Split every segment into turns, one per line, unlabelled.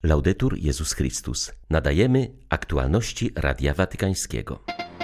Laudetur Jezus Chrystus. Nadajemy aktualności Radia Watykańskiego.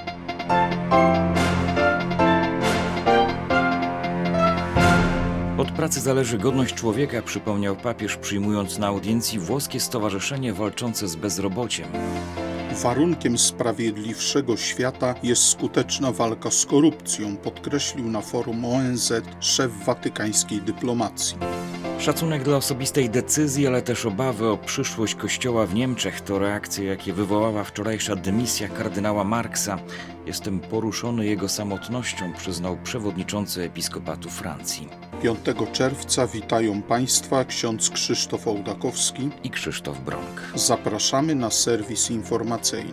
Od pracy zależy godność człowieka, przypomniał papież, przyjmując na audiencji włoskie stowarzyszenie walczące z bezrobociem.
Warunkiem sprawiedliwszego świata jest skuteczna walka z korupcją, podkreślił na forum ONZ szef watykańskiej dyplomacji.
Szacunek dla osobistej decyzji, ale też obawy o przyszłość Kościoła w Niemczech to reakcje, jakie wywołała wczorajsza dymisja kardynała Marksa. Jestem poruszony jego samotnością, przyznał przewodniczący Episkopatu Francji.
5 czerwca witają Państwa ksiądz Krzysztof Ołdakowski
i Krzysztof Bronk.
Zapraszamy na serwis informacyjny.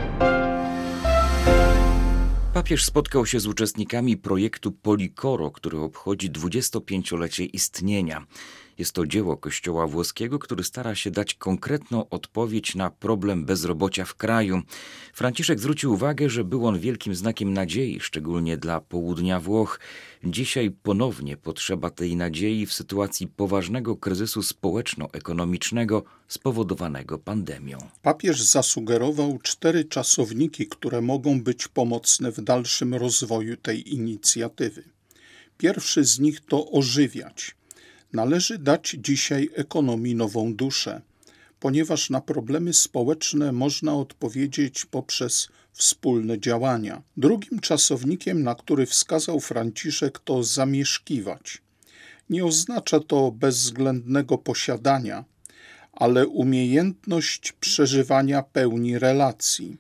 Papież spotkał się z uczestnikami projektu Policoro, który obchodzi 25-lecie istnienia. Jest to dzieło Kościoła włoskiego, który stara się dać konkretną odpowiedź na problem bezrobocia w kraju. Franciszek zwrócił uwagę, że był on wielkim znakiem nadziei, szczególnie dla południa Włoch. Dzisiaj ponownie potrzeba tej nadziei w sytuacji poważnego kryzysu społeczno-ekonomicznego spowodowanego pandemią.
Papież zasugerował 4 czasowniki, które mogą być pomocne w dalszym rozwoju tej inicjatywy. Pierwszy z nich to ożywiać. Należy dać dzisiaj ekonomii nową duszę, ponieważ na problemy społeczne można odpowiedzieć poprzez wspólne działania. Drugim czasownikiem, na który wskazał Franciszek, to zamieszkiwać. Nie oznacza to bezwzględnego posiadania, ale umiejętność przeżywania pełni relacji.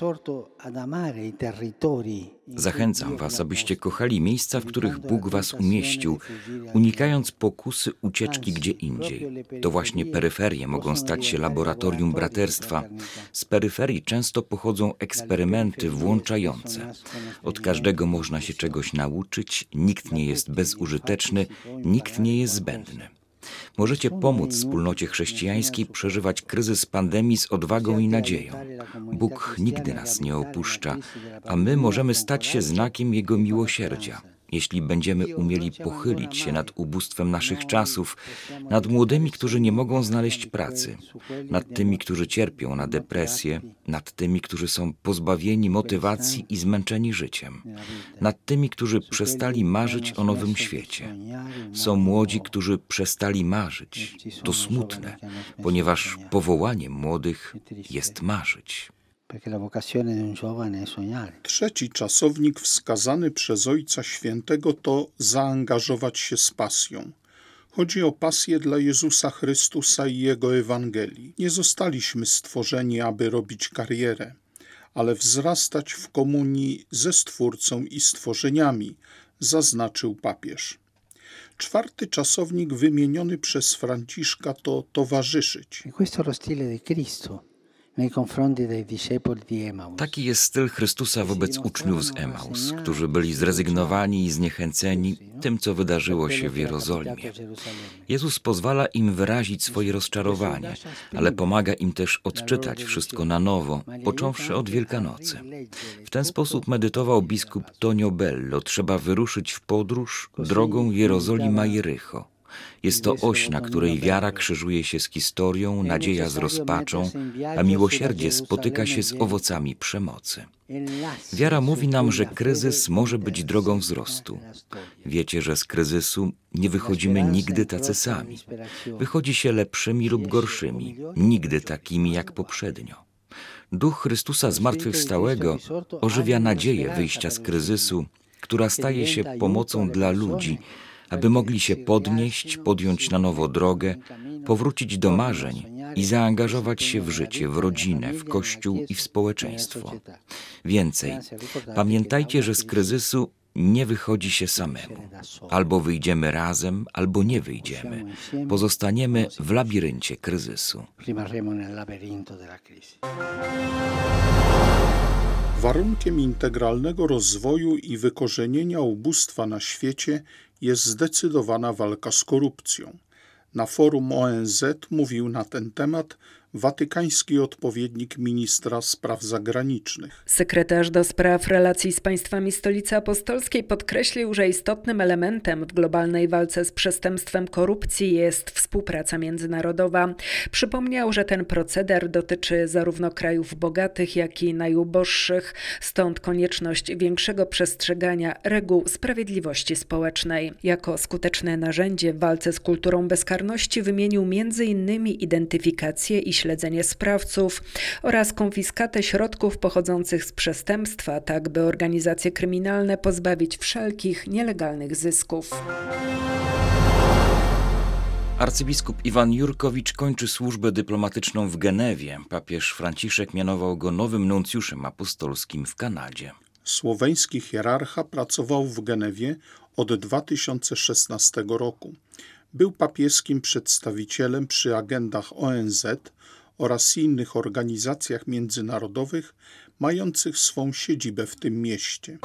Zachęcam was, abyście kochali miejsca, w których Bóg was umieścił, unikając pokusy ucieczki gdzie indziej. To właśnie peryferie mogą stać się laboratorium braterstwa. Z peryferii często pochodzą eksperymenty włączające. Od każdego można się czegoś nauczyć, nikt nie jest bezużyteczny, nikt nie jest zbędny. Możecie pomóc wspólnocie chrześcijańskiej przeżywać kryzys pandemii z odwagą i nadzieją. Bóg nigdy nas nie opuszcza, a my możemy stać się znakiem Jego miłosierdzia. Jeśli będziemy umieli pochylić się nad ubóstwem naszych czasów, nad młodymi, którzy nie mogą znaleźć pracy, nad tymi, którzy cierpią na depresję, nad tymi, którzy są pozbawieni motywacji i zmęczeni życiem, nad tymi, którzy przestali marzyć o nowym świecie. Są młodzi, którzy przestali marzyć. To smutne, ponieważ powołaniem młodych jest marzyć.
Trzeci czasownik wskazany przez Ojca Świętego to zaangażować się z pasją. Chodzi o pasję dla Jezusa Chrystusa i Jego Ewangelii. Nie zostaliśmy stworzeni, aby robić karierę, ale wzrastać w komunii ze Stwórcą i stworzeniami, zaznaczył papież. Czwarty czasownik wymieniony przez Franciszka to towarzyszyć.
Taki jest styl Chrystusa wobec uczniów z Emaus, którzy byli zrezygnowani i zniechęceni tym, co wydarzyło się w Jerozolimie. Jezus pozwala im wyrazić swoje rozczarowanie, ale pomaga im też odczytać wszystko na nowo, począwszy od Wielkanocy. W ten sposób medytował biskup Tonio Bello: trzeba wyruszyć w podróż drogą Jerozolima-Jericho. Jest to oś, na której wiara krzyżuje się z historią, nadzieja z rozpaczą, a miłosierdzie spotyka się z owocami przemocy. Wiara mówi nam, że kryzys może być drogą wzrostu. Wiecie, że z kryzysu nie wychodzimy nigdy tacy sami. Wychodzi się lepszymi lub gorszymi, nigdy takimi jak poprzednio. Duch Chrystusa zmartwychwstałego ożywia nadzieję wyjścia z kryzysu, która staje się pomocą dla ludzi, aby mogli się podnieść, podjąć na nowo drogę, powrócić do marzeń i zaangażować się w życie, w rodzinę, w Kościół i w społeczeństwo. Więcej, pamiętajcie, że z kryzysu nie wychodzi się samemu. Albo wyjdziemy razem, albo nie wyjdziemy. Pozostaniemy w labiryncie kryzysu.
Warunkiem integralnego rozwoju i wykorzenienia ubóstwa na świecie jest zdecydowana walka z korupcją. Na forum ONZ mówił na ten temat watykański odpowiednik ministra spraw zagranicznych.
Sekretarz do spraw relacji z państwami Stolicy Apostolskiej podkreślił, że istotnym elementem w globalnej walce z przestępstwem korupcji jest współpraca międzynarodowa. Przypomniał, że ten proceder dotyczy zarówno krajów bogatych, jak i najuboższych, stąd konieczność większego przestrzegania reguł sprawiedliwości społecznej. Jako skuteczne narzędzie w walce z kulturą bezkarności wymienił m.in. identyfikację i śledzenie sprawców oraz konfiskatę środków pochodzących z przestępstwa, tak by organizacje kryminalne pozbawić wszelkich nielegalnych zysków.
Arcybiskup Iwan Jurkowicz kończy służbę dyplomatyczną w Genewie. Papież Franciszek mianował go nowym nuncjuszem apostolskim w Kanadzie.
Słoweński hierarcha pracował w Genewie od 2016 roku. Był papieskim przedstawicielem przy agendach ONZ oraz innych organizacjach międzynarodowych mających swą siedzibę w tym mieście.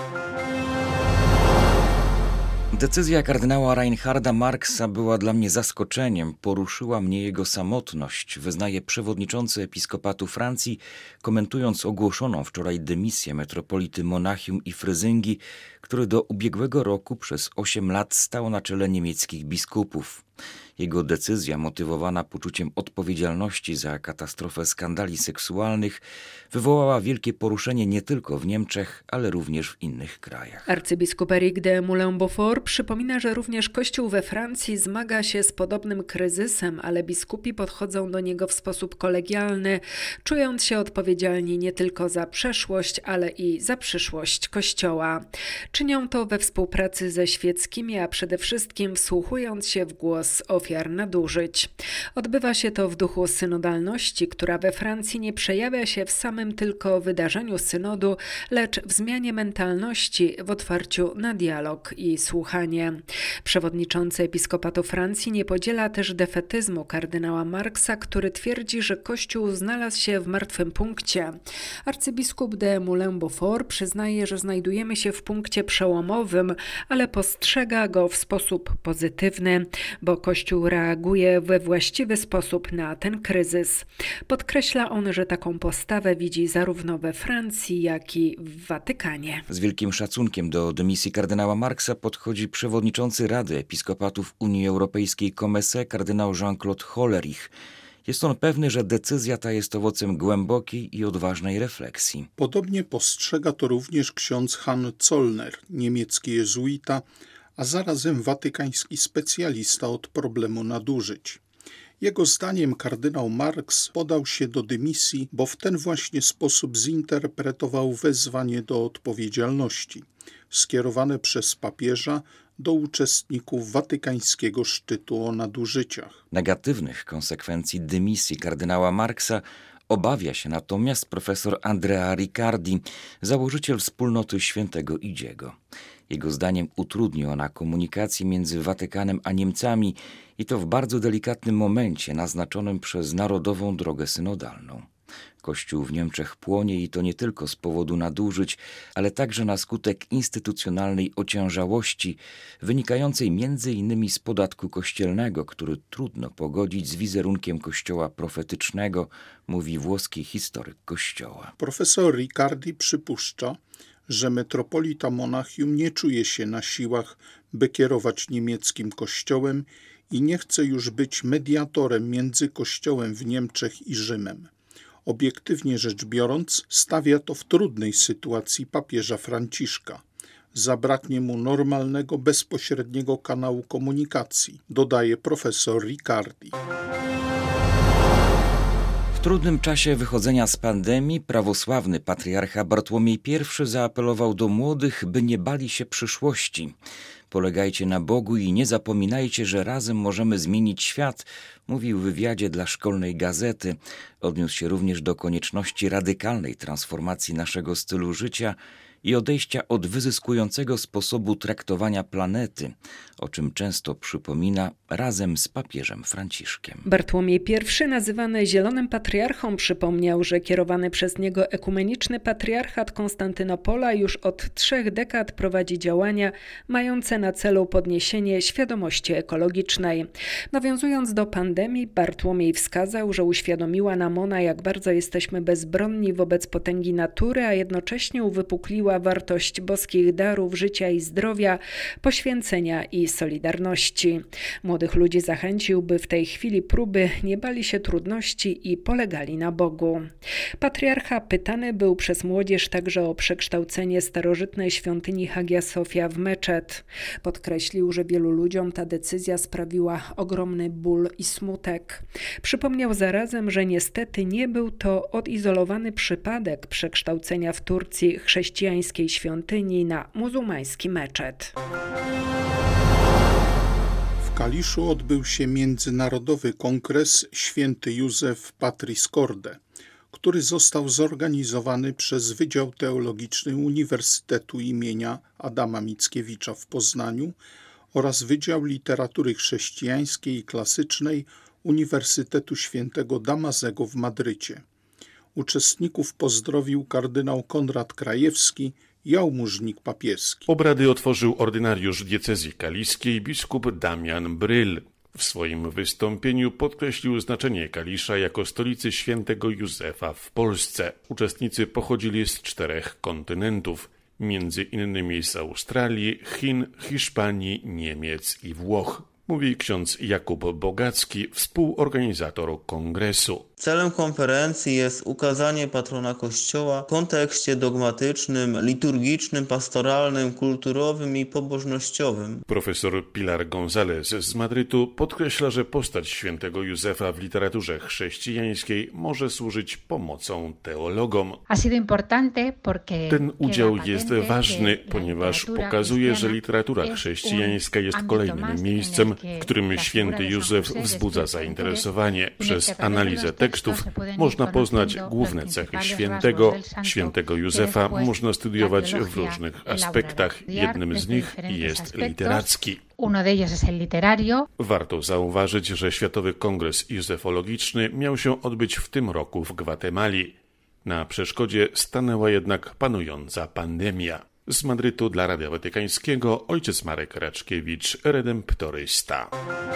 Decyzja kardynała Reinharda Marksa była dla mnie zaskoczeniem. Poruszyła mnie jego samotność, wyznaje przewodniczący episkopatu Francji, komentując ogłoszoną wczoraj dymisję metropolity Monachium i Fryzyngi, który do ubiegłego roku przez 8 lat stał na czele niemieckich biskupów. Jego decyzja, motywowana poczuciem odpowiedzialności za katastrofę skandali seksualnych, wywołała wielkie poruszenie nie tylko w Niemczech, ale również w innych krajach.
Arcybiskup Éric de Moulin-Beaufort przypomina, że również Kościół we Francji zmaga się z podobnym kryzysem, ale biskupi podchodzą do niego w sposób kolegialny, czując się odpowiedzialni nie tylko za przeszłość, ale i za przyszłość Kościoła. Czynią to we współpracy ze świeckimi, a przede wszystkim wsłuchując się w głos ofiar nadużyć. Odbywa się to w duchu synodalności, która we Francji nie przejawia się w samym tylko wydarzeniu synodu, lecz w zmianie mentalności, w otwarciu na dialog i słuchanie. Przewodniczący episkopatu Francji nie podziela też defetyzmu kardynała Marksa, który twierdzi, że Kościół znalazł się w martwym punkcie. Arcybiskup de Moulin-Beaufort przyznaje, że znajdujemy się w punkcie przełomowym, ale postrzega go w sposób pozytywny, bo Kościół reaguje we właściwy sposób na ten kryzys. Podkreśla on, że taką postawę widzi zarówno we Francji, jak i w Watykanie.
Z wielkim szacunkiem do dymisji kardynała Marksa podchodzi przewodniczący Rady Episkopatów Unii Europejskiej COMECE, kardynał Jean-Claude Hollerich. Jest on pewny, że decyzja ta jest owocem głębokiej i odważnej refleksji.
Podobnie postrzega to również ksiądz Han Zollner, niemiecki jezuita, a zarazem watykański specjalista od problemu nadużyć. Jego zdaniem kardynał Marks podał się do dymisji, bo w ten właśnie sposób zinterpretował wezwanie do odpowiedzialności, skierowane przez papieża do uczestników watykańskiego szczytu o nadużyciach.
Negatywnych konsekwencji dymisji kardynała Marksa obawia się natomiast profesor Andrea Riccardi, założyciel wspólnoty Świętego Idziego. Jego zdaniem utrudni ona komunikację między Watykanem a Niemcami i to w bardzo delikatnym momencie naznaczonym przez narodową drogę synodalną. Kościół w Niemczech płonie i to nie tylko z powodu nadużyć, ale także na skutek instytucjonalnej ociężałości wynikającej m.in. z podatku kościelnego, który trudno pogodzić z wizerunkiem Kościoła profetycznego, mówi włoski historyk Kościoła.
Profesor Riccardi przypuszcza, że metropolita Monachium nie czuje się na siłach, by kierować niemieckim kościołem i nie chce już być mediatorem między kościołem w Niemczech i Rzymem. Obiektywnie rzecz biorąc, stawia to w trudnej sytuacji papieża Franciszka. Zabraknie mu normalnego, bezpośredniego kanału komunikacji, dodaje profesor Riccardi.
W trudnym czasie wychodzenia z pandemii prawosławny patriarcha Bartłomiej I zaapelował do młodych, by nie bali się przyszłości. Polegajcie na Bogu i nie zapominajcie, że razem możemy zmienić świat, mówił w wywiadzie dla Szkolnej Gazety. Odniósł się również do konieczności radykalnej transformacji naszego stylu życia i odejścia od wyzyskującego sposobu traktowania planety, o czym często przypomina razem z papieżem Franciszkiem.
Bartłomiej I, nazywany Zielonym Patriarchą, przypomniał, że kierowany przez niego ekumeniczny patriarchat Konstantynopola już od 3 dekad prowadzi działania mające na celu podniesienie świadomości ekologicznej. Nawiązując do pandemii, Bartłomiej wskazał, że uświadomiła nam ona, jak bardzo jesteśmy bezbronni wobec potęgi natury, a jednocześnie uwypukliła wartość boskich darów życia i zdrowia, poświęcenia i solidarności. Młodych ludzi zachęcił, by w tej chwili próby nie bali się trudności i polegali na Bogu. Patriarcha pytany był przez młodzież także o przekształcenie starożytnej świątyni Hagia Sofia w meczet. Podkreślił, że wielu ludziom ta decyzja sprawiła ogromny ból i smutek. Przypomniał zarazem, że niestety nie był to odizolowany przypadek przekształcenia w Turcji chrześcijańskiej świątyni na muzułmański meczet.
W Kaliszu odbył się Międzynarodowy Kongres Święty Józef Patris Corde, który został zorganizowany przez Wydział Teologiczny Uniwersytetu imienia Adama Mickiewicza w Poznaniu oraz Wydział Literatury Chrześcijańskiej i Klasycznej Uniwersytetu Świętego Damazego w Madrycie. Uczestników pozdrowił kardynał Konrad Krajewski, jałmużnik papieski.
Obrady otworzył ordynariusz diecezji kaliskiej biskup Damian Bryl. W swoim wystąpieniu podkreślił znaczenie Kalisza jako stolicy świętego Józefa w Polsce. Uczestnicy pochodzili z 4 kontynentów, między innymi z Australii, Chin, Hiszpanii, Niemiec i Włoch. Mówi ksiądz Jakub Bogacki, współorganizator kongresu.
Celem konferencji jest ukazanie patrona Kościoła w kontekście dogmatycznym, liturgicznym, pastoralnym, kulturowym i pobożnościowym.
Profesor Pilar González z Madrytu podkreśla, że postać świętego Józefa w literaturze chrześcijańskiej może służyć pomocą teologom. Ten udział jest ważny, ponieważ pokazuje, że literatura chrześcijańska jest kolejnym miejscem, w którym święty Józef wzbudza zainteresowanie. Przez analizę tekstów można poznać główne cechy świętego Józefa można studiować w różnych aspektach. Jednym z nich jest literacki. Warto zauważyć, że Światowy Kongres Józefologiczny miał się odbyć w tym roku w Gwatemali. Na przeszkodzie stanęła jednak panująca pandemia. Z Madrytu dla Radia Watykańskiego ojciec Marek Raczkiewicz, redemptorysta.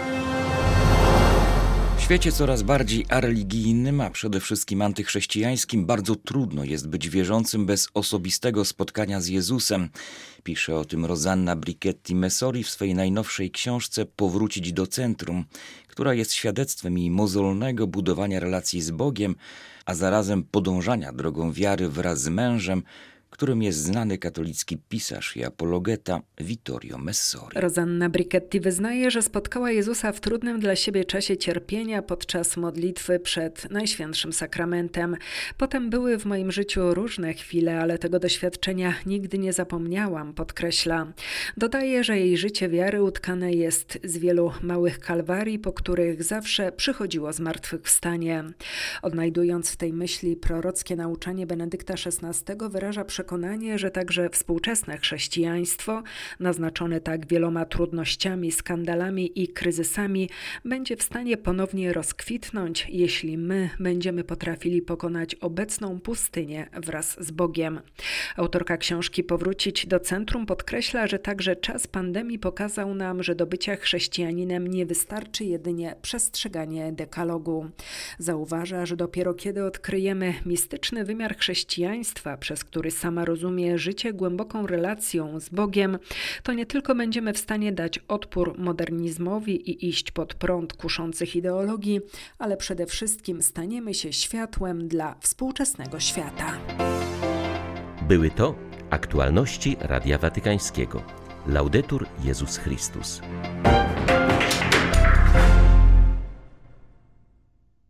W świecie coraz bardziej areligijnym, a przede wszystkim antychrześcijańskim, bardzo trudno jest być wierzącym bez osobistego spotkania z Jezusem. Pisze o tym Rosanna Brichetti Messori w swojej najnowszej książce Powrócić do centrum, która jest świadectwem jej mozolnego budowania relacji z Bogiem, a zarazem podążania drogą wiary wraz z mężem, którym jest znany katolicki pisarz i apologeta Vittorio Messori.
Rosanna Brichetti wyznaje, że spotkała Jezusa w trudnym dla siebie czasie cierpienia podczas modlitwy przed Najświętszym Sakramentem. Potem były w moim życiu różne chwile, ale tego doświadczenia nigdy nie zapomniałam, podkreśla. Dodaje, że jej życie wiary utkane jest z wielu małych kalwarii, po których zawsze przychodziło zmartwychwstanie. Odnajdując w tej myśli prorockie nauczanie Benedykta XVI, wyraża przekonanie, że także współczesne chrześcijaństwo, naznaczone tak wieloma trudnościami, skandalami i kryzysami, będzie w stanie ponownie rozkwitnąć, jeśli my będziemy potrafili pokonać obecną pustynię wraz z Bogiem. Autorka książki Powrócić do centrum podkreśla, że także czas pandemii pokazał nam, że do bycia chrześcijaninem nie wystarczy jedynie przestrzeganie dekalogu. Zauważa, że dopiero kiedy odkryjemy mistyczny wymiar chrześcijaństwa, przez który sama rozumie życie głęboką relacją z Bogiem, to nie tylko będziemy w stanie dać odpór modernizmowi i iść pod prąd kuszących ideologii, ale przede wszystkim staniemy się światłem dla współczesnego świata.
Były to aktualności Radia Watykańskiego. Laudetur Jezus Chrystus.